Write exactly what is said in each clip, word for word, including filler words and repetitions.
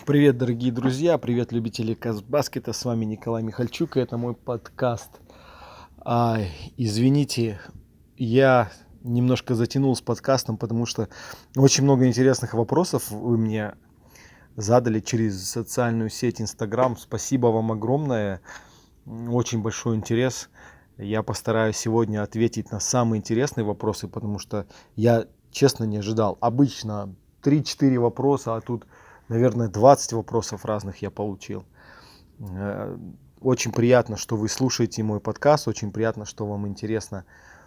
Привет, дорогие друзья, привет, любители Казбаскета, с вами Николай Михальчук, и это мой подкаст. А, извините, я немножко затянул с подкастом, потому что очень много интересных вопросов вы мне задали через социальную сеть Инстаграм. Спасибо вам огромное, очень большой интерес. Я постараюсь сегодня ответить на самые интересные вопросы, потому что я честно не ожидал. Обычно три-четыре вопроса, а тут, наверное, двадцать вопросов разных я получил. Э, Очень приятно, что вы слушаете мой подкаст, очень приятно, что вам интересно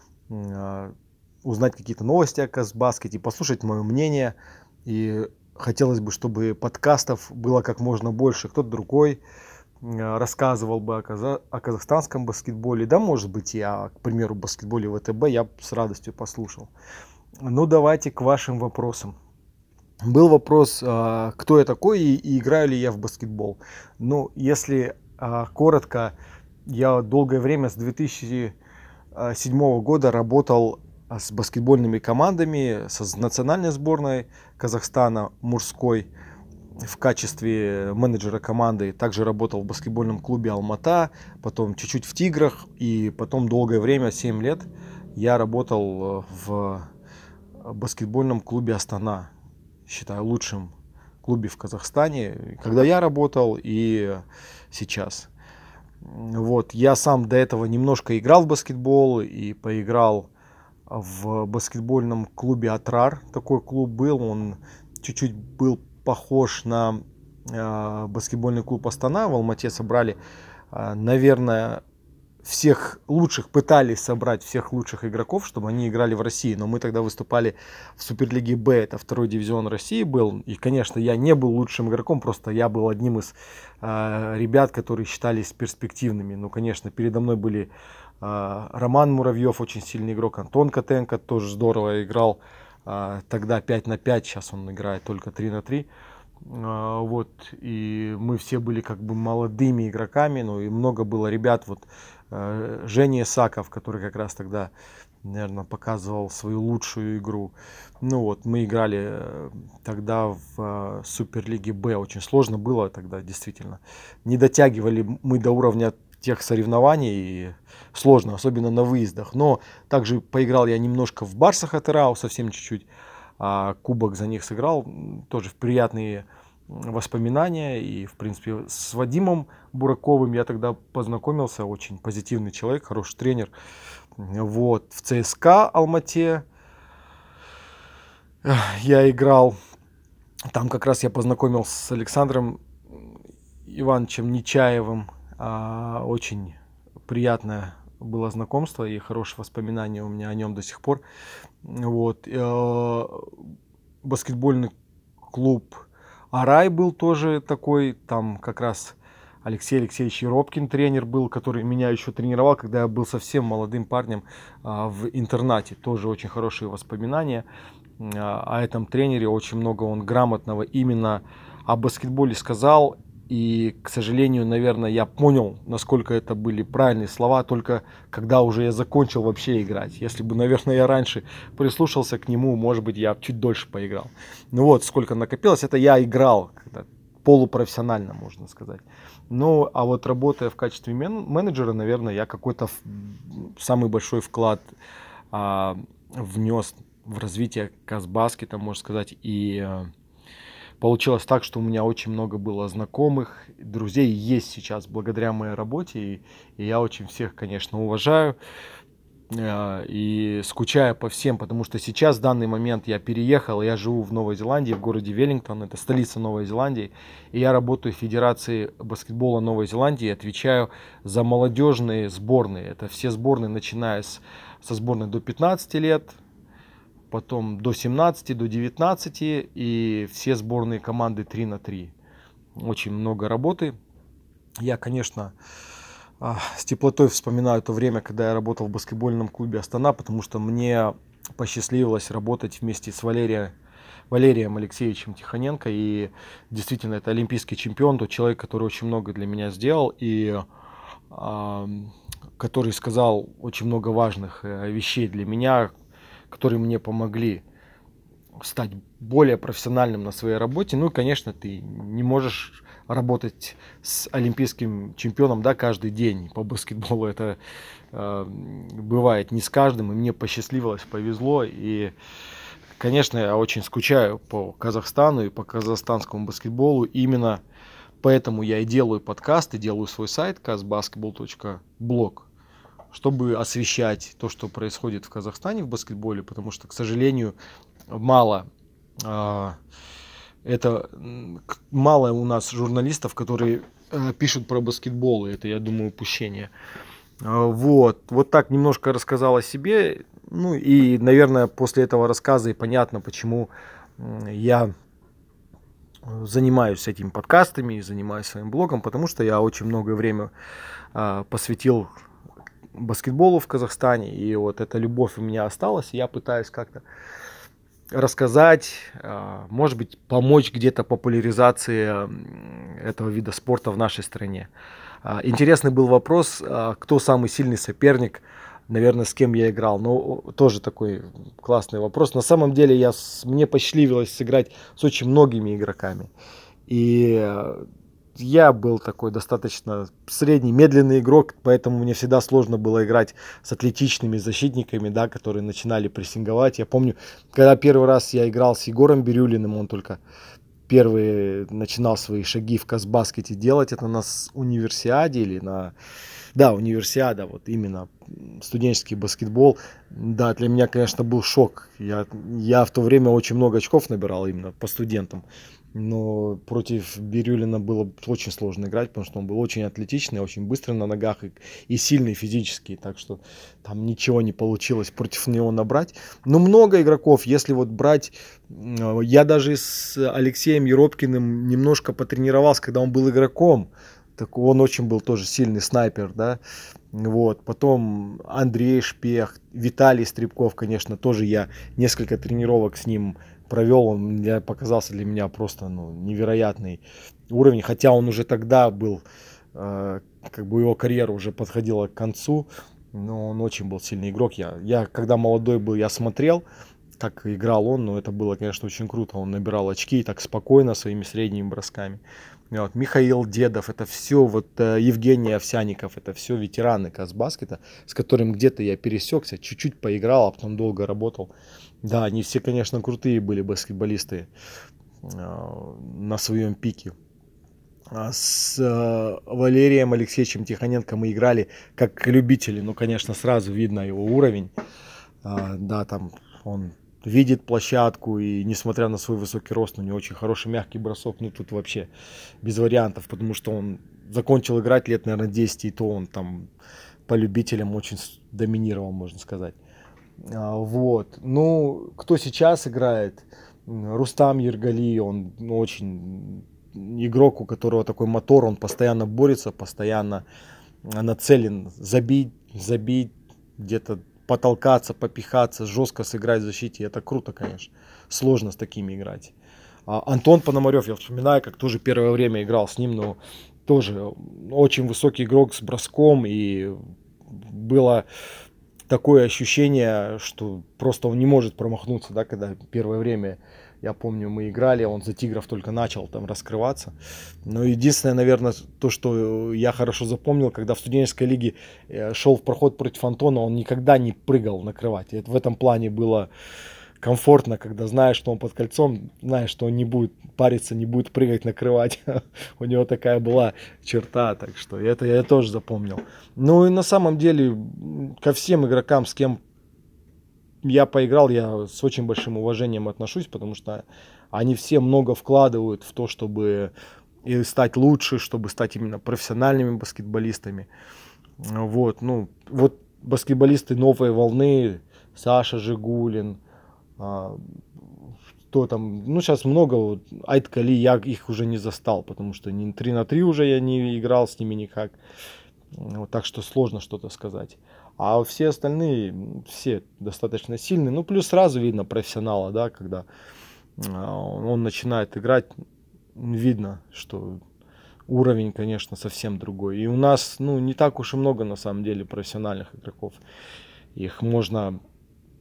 э, узнать какие-то новости о Казбаскете, послушать мое мнение. И хотелось бы, чтобы подкастов было как можно больше. Кто-то другой э, рассказывал бы о, каза- о казахстанском баскетболе, да, может быть, я, к примеру, баскетболе ВТБ, я б с радостью послушал. Ну, давайте к вашим вопросам. Был вопрос, а, кто я такой и, и играю ли я в баскетбол. Ну, если а, коротко, я долгое время с две тысячи седьмого года работал а, с баскетбольными командами, с национальной сборной Казахстана мужской в качестве менеджера команды. Также работал в баскетбольном клубе Алмата, потом чуть-чуть в Тиграх, и потом долгое время, семь лет, я работал э, в баскетбольном клубе Астана. Считаю лучшим клубе в Казахстане, когда я работал и сейчас. Вот, я сам до этого немножко играл в баскетбол и поиграл в баскетбольном клубе Атрар. Такой клуб был, он чуть-чуть был похож на э, баскетбольный клуб Астана. В Алмате собрали, э, наверное, всех лучших, пытались собрать всех лучших игроков, чтобы они играли в России. Но мы тогда выступали в Суперлиге Б, это второй дивизион России был. И, конечно, я не был лучшим игроком, просто я был одним из э, ребят, которые считались перспективными. Ну, конечно, передо мной были э, Роман Муравьев, очень сильный игрок, Антон Котенко тоже здорово играл. Э, тогда пять на пять, сейчас он играет только три на три. Э, вот, и мы все были как бы молодыми игроками, ну и много было ребят, вот Женя Исаков, который как раз тогда, наверное, показывал свою лучшую игру. Ну вот, мы играли тогда в Суперлиге Б. Очень сложно было тогда, действительно. Не дотягивали мы до уровня тех соревнований. И сложно, особенно на выездах. Но также поиграл я немножко в Барсах Атырау, совсем чуть-чуть. А кубок за них сыграл. Тоже в приятные воспоминания. И, в принципе, с Вадимом Бураковым я тогда познакомился. Очень позитивный человек, хороший тренер. Вот. В ЦСКА Алмате я играл. Там как раз я познакомился с Александром Ивановичем Нечаевым. Очень приятное было знакомство и хорошие воспоминания у меня о нем до сих пор. Вот. Баскетбольный клуб Арай был тоже такой, там как раз Алексей Алексеевич Еропкин тренер был, который меня еще тренировал, когда я был совсем молодым парнем а, в интернате. Тоже очень хорошие воспоминания а, о этом тренере, очень много он грамотного именно о баскетболе сказал. И, к сожалению, наверное, я понял, насколько это были правильные слова, только когда уже я закончил вообще играть. Если бы, наверное, я раньше прислушался к нему, может быть, я чуть дольше поиграл. Ну вот, сколько накопилось, это я играл полупрофессионально, можно сказать. Ну, а вот работая в качестве мен- менеджера, наверное, я какой-то в- самый большой вклад а, внес в развитие Казбаскета, можно сказать, и а, получилось так, что у меня очень много было знакомых, друзей есть сейчас благодаря моей работе, и, и я очень всех, конечно, уважаю э, и скучаю по всем, потому что сейчас, в данный момент, я переехал, я живу в Новой Зеландии, в городе Веллингтон, это столица Новой Зеландии, и я работаю в Федерации баскетбола Новой Зеландии, отвечаю за молодежные сборные, это все сборные, начиная с, со сборной до пятнадцати лет, потом до семнадцати, до девятнадцати и все сборные команды три на три. Очень много работы. Я, конечно, с теплотой вспоминаю то время, когда я работал в баскетбольном клубе Астана, потому что мне посчастливилось работать вместе с Валерием, Валерием Алексеевичем Тихоненко. И действительно, это олимпийский чемпион, тот человек, который очень много для меня сделал и э, который сказал очень много важных вещей для меня, которые мне помогли стать более профессиональным на своей работе. Ну и, конечно, ты не можешь работать с олимпийским чемпионом, да, каждый день по баскетболу. Это э, бывает не с каждым, и мне посчастливилось, повезло. И, конечно, я очень скучаю по Казахстану и по казахстанскому баскетболу. Именно поэтому я и делаю подкасты, делаю свой сайт казбаскетбол точка блог, чтобы освещать то, что происходит в Казахстане в баскетболе, потому что, к сожалению, мало а, это мало у нас журналистов, которые а, пишут про баскетбол, и это, я думаю, упущение. А, вот, вот так немножко рассказал о себе, ну и, наверное, после этого рассказа и понятно, почему я занимаюсь этими подкастами, занимаюсь своим блогом, потому что я очень много времени а, посвятил баскетболу в Казахстане, и вот эта любовь у меня осталась, и я пытаюсь как-то рассказать, может быть, помочь где-то популяризации этого вида спорта в нашей стране. Интересный был вопрос, кто самый сильный соперник, наверное, с кем я играл. Ну, тоже такой классный вопрос. На самом деле, я, мне посчастливилось сыграть с очень многими игроками. И я был такой достаточно средний, медленный игрок, поэтому мне всегда сложно было играть с атлетичными защитниками, да, которые начинали прессинговать. Я помню, когда первый раз я играл с Егором Бирюлиным, он только первый начинал свои шаги в Казбаскете делать, это на универсиаде или на... Да, универсиада, вот именно студенческий баскетбол. Да, для меня, конечно, был шок. Я, я в то время очень много очков набирал именно по студентам. Но против Бирюлина было очень сложно играть, потому что он был очень атлетичный, очень быстрый на ногах и, и сильный физически. Так что там ничего не получилось против него набрать. Но много игроков, если вот брать... Я даже с Алексеем Еропкиным немножко потренировался, когда он был игроком. Так он очень был тоже сильный снайпер, да. Вот. Потом Андрей Шпех, Виталий Стрибков, конечно, тоже я несколько тренировок с ним провел, он для, показался для меня просто ну, невероятный уровень, хотя он уже тогда был, э, как бы его карьера уже подходила к концу, но он очень был сильный игрок. Я, я когда молодой был, я смотрел, как играл он, но это было, конечно, очень круто. Он набирал очки так спокойно своими средними бросками. Вот, Михаил Дедов, это все, вот э, Евгений Овсяников, это все ветераны Казбаскета, с которым где-то я пересекся, чуть-чуть поиграл, а потом долго работал. Да, они все, конечно, крутые были баскетболисты э, на своем пике. А с э, Валерием Алексеевичем Тихоненко мы играли как любители, ну, конечно, сразу видно его уровень. А, да, там он видит площадку, и несмотря на свой высокий рост, у него очень хороший мягкий бросок. Ну, тут вообще без вариантов, потому что он закончил играть лет, наверное, десять, и то он там по любителям очень доминировал, можно сказать. А, вот. Ну, кто сейчас играет? Рустам Ергали, он ну, очень игрок, у которого такой мотор, он постоянно борется, постоянно нацелен забить, забить, где-то потолкаться, попихаться, жестко сыграть в защите. Это круто, конечно. Сложно с такими играть. А Антон Пономарев, я вспоминаю, как тоже первое время играл с ним, но тоже очень высокий игрок с броском. И было такое ощущение, что просто он не может промахнуться, да, когда первое время, я помню, мы играли, он за Тигров только начал там раскрываться. Но единственное, наверное, то, что я хорошо запомнил, когда в студенческой лиге шел в проход против Антона, он никогда не прыгал накрывать. И это в этом плане было комфортно, когда знаешь, что он под кольцом, знаешь, что он не будет париться, не будет прыгать, накрывать. У него такая была черта, так что это я тоже запомнил. Ну и на самом деле ко всем игрокам, с кем я поиграл, я с очень большим уважением отношусь, потому что они все много вкладывают в то, чтобы и стать лучше, чтобы стать именно профессиональными баскетболистами. Вот, ну, вот баскетболисты новой волны, Саша Жигулин, а, кто там, ну сейчас много, вот, Айткали, я их уже не застал, потому что не три на три уже я не играл с ними никак, вот, так что сложно что-то сказать. А все остальные, все достаточно сильные, ну плюс сразу видно профессионала, да, когда а, он начинает играть, видно, что уровень, конечно, совсем другой. И у нас, ну, не так уж и много на самом деле профессиональных игроков. Их можно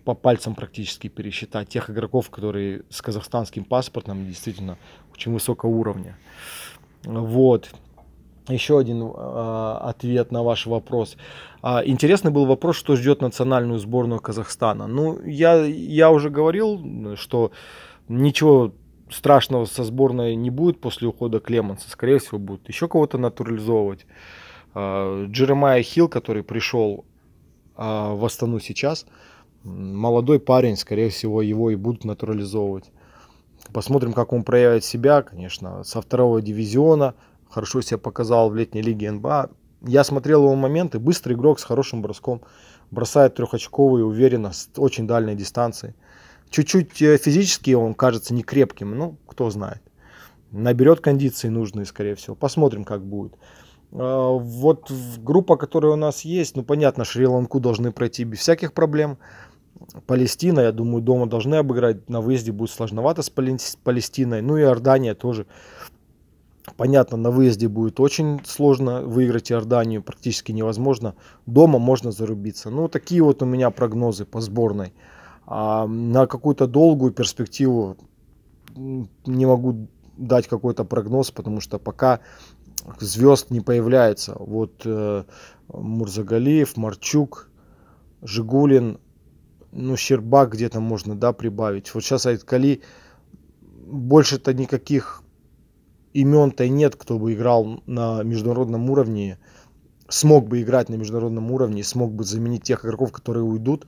по пальцам практически пересчитать тех игроков, которые с казахстанским паспортом действительно очень высокого уровня. Вот. Еще один э, ответ на ваш вопрос. А, интересный был вопрос, что ждет национальную сборную Казахстана. Ну, я, я уже говорил, что ничего страшного со сборной не будет после ухода Клеманса. Скорее всего, будут еще кого-то натурализовывать. А, Джеремайя Хилл, который пришел а, в Астану сейчас, молодой парень, скорее всего, его и будут натурализовывать. Посмотрим, как он проявит себя, конечно, со второго дивизиона. Хорошо себя показал в летней лиге эн бэ а. Я смотрел его моменты. Быстрый игрок с хорошим броском. Бросает трехочковый, уверенно, с очень дальней дистанции. Чуть-чуть физически он кажется не крепким. Ну, кто знает. Наберет кондиции нужные, скорее всего. Посмотрим, как будет. Вот группа, которая у нас есть. Ну, понятно, Шри-Ланку должны пройти без всяких проблем. Палестина, я думаю, дома должны обыграть. На выезде будет сложновато с Палестиной. Ну и Иордания тоже. Понятно, на выезде будет очень сложно выиграть Иорданию, практически невозможно. Дома можно зарубиться. Ну, такие вот у меня прогнозы по сборной. А на какую-то долгую перспективу не могу дать какой-то прогноз, потому что пока звезд не появляется. Вот э, Мурзагалиев, Марчук, Жигулин, ну, Щербак где-то можно, да, прибавить. Вот сейчас Айткали, больше-то никаких имен-то нет, кто бы играл на международном уровне, смог бы играть на международном уровне, смог бы заменить тех игроков, которые уйдут.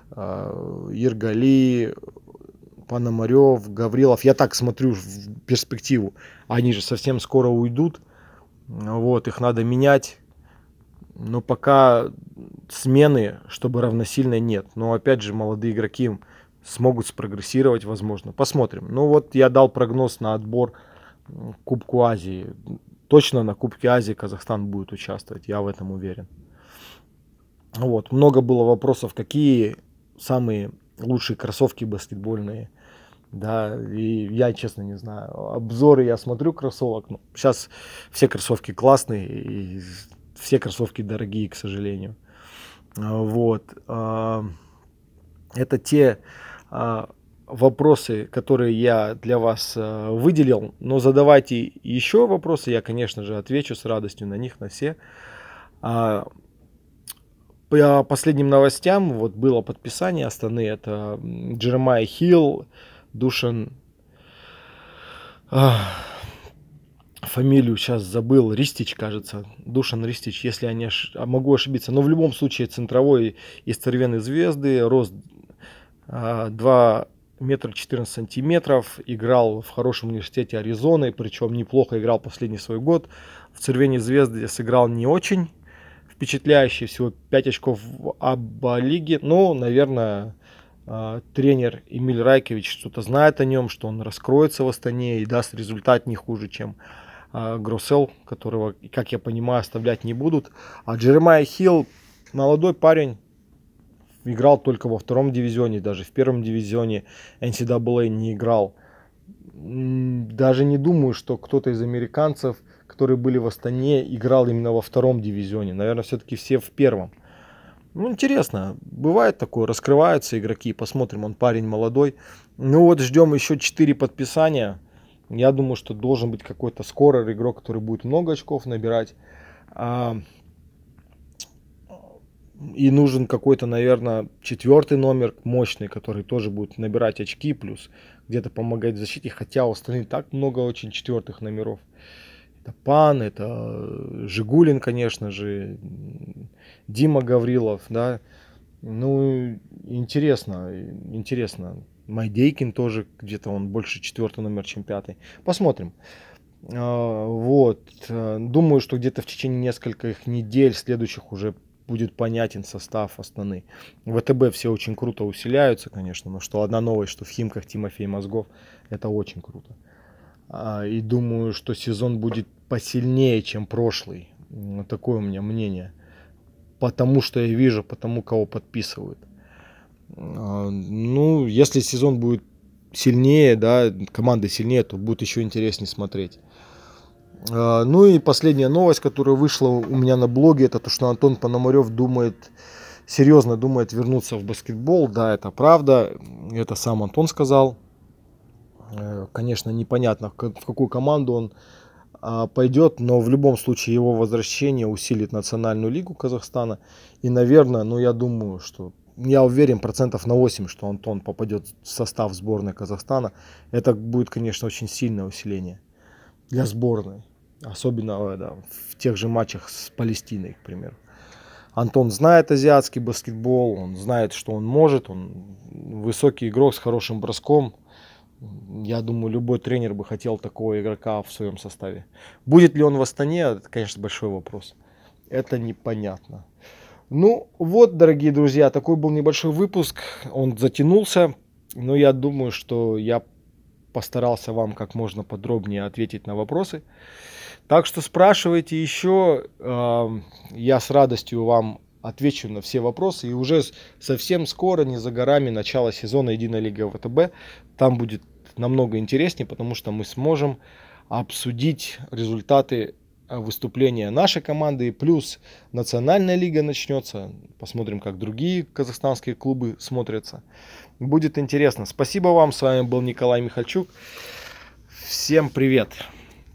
Иргали, Пономарев, Гаврилов. Я так смотрю в перспективу. Они же совсем скоро уйдут. Вот, их надо менять. Но пока смены, чтобы равносильной, нет. Но опять же, молодые игроки смогут спрогрессировать, возможно. Посмотрим. Ну вот я дал прогноз на отбор Кубку Азии. Точно на Кубке Азии Казахстан будет участвовать, я в этом уверен. Вот, много было вопросов, какие самые лучшие кроссовки баскетбольные. Да, и я, честно, не знаю. Обзоры я смотрю кроссовок. Ну, сейчас все кроссовки классные, и все кроссовки дорогие, к сожалению. Вот. Это те вопросы, которые я для вас выделил. Но задавайте еще вопросы, я, конечно же, отвечу с радостью на них, на все. По последним новостям, вот было подписание Астаны, это Джеремайя Хилл, Душан, фамилию сейчас забыл, Ристич, кажется, Душан Ристич, если я не ош... могу ошибиться, но в любом случае центровой из Цервены Звезды, рост два метра четырнадцать сантиметров, играл в хорошем университете Аризоны, причем неплохо играл последний свой год. В Цервене Звезды сыграл не очень впечатляющий, всего пять очков в АБА-лиге. Но, наверное, тренер Эмиль Райкович что-то знает о нем, что он раскроется в Астане и даст результат не хуже, чем Гроссел, которого, как я понимаю, оставлять не будут. А Джеремайя Хилл, молодой парень, играл только во втором дивизионе, даже в первом дивизионе эн си эй эй не играл. Даже не думаю, что кто-то из американцев, которые были в Астане, играл именно во втором дивизионе. Наверное, все-таки все в первом. Ну, интересно. Бывает такое. Раскрываются игроки. Посмотрим. Он парень молодой. Ну вот, ждем еще четыре подписания. Я думаю, что должен быть какой-то скорер, игрок, который будет много очков набирать. И нужен какой-то, наверное, четвертый номер мощный, который тоже будет набирать очки, плюс где-то помогать в защите. Хотя у остальных так много очень четвертых номеров. Это Пан, это Жигулин, конечно же, Дима Гаврилов, да. Ну, интересно, интересно. Майдейкин тоже где-то он больше четвертый номер, чем пятый. Посмотрим. Вот. Думаю, что где-то в течение нескольких недель следующих уже будет понятен состав Астаны. В ВТБ все очень круто усиляются, конечно, но что одна новость, что в Химках Тимофей Мозгов, это очень круто. И думаю, что сезон будет посильнее, чем прошлый. Такое у меня мнение. Потому что я вижу, потому кого подписывают. Ну, если сезон будет сильнее, да, команда сильнее, то будет еще интереснее смотреть. Ну и последняя новость, которая вышла у меня на блоге, это то, что Антон Пономарев думает серьезно думает вернуться в баскетбол. Да, это правда. Это сам Антон сказал. Конечно, непонятно, в какую команду он пойдет, но в любом случае его возвращение усилит национальную лигу Казахстана. И, наверное, ну я думаю, что я уверен процентов на восемь, что Антон попадет в состав сборной Казахстана. Это будет, конечно, очень сильное усиление для сборной. Особенно да, в тех же матчах с Палестиной, к примеру. Антон знает азиатский баскетбол, он знает, что он может, он высокий игрок с хорошим броском. Я думаю, любой тренер бы хотел такого игрока в своем составе. Будет ли он в Астане, это, конечно, большой вопрос. Это непонятно. Ну вот, дорогие друзья, такой был небольшой выпуск. Он затянулся, но я думаю, что я постарался вам как можно подробнее ответить на вопросы. Так что спрашивайте еще. Я с радостью вам отвечу на все вопросы. И уже совсем скоро, не за горами, начало сезона Единой лиги ВТБ. Там будет намного интереснее, потому что мы сможем обсудить результаты выступления нашей команды. Плюс национальная лига начнется. Посмотрим, как другие казахстанские клубы смотрятся. Будет интересно. Спасибо вам. С вами был Николай Михальчук. Всем привет.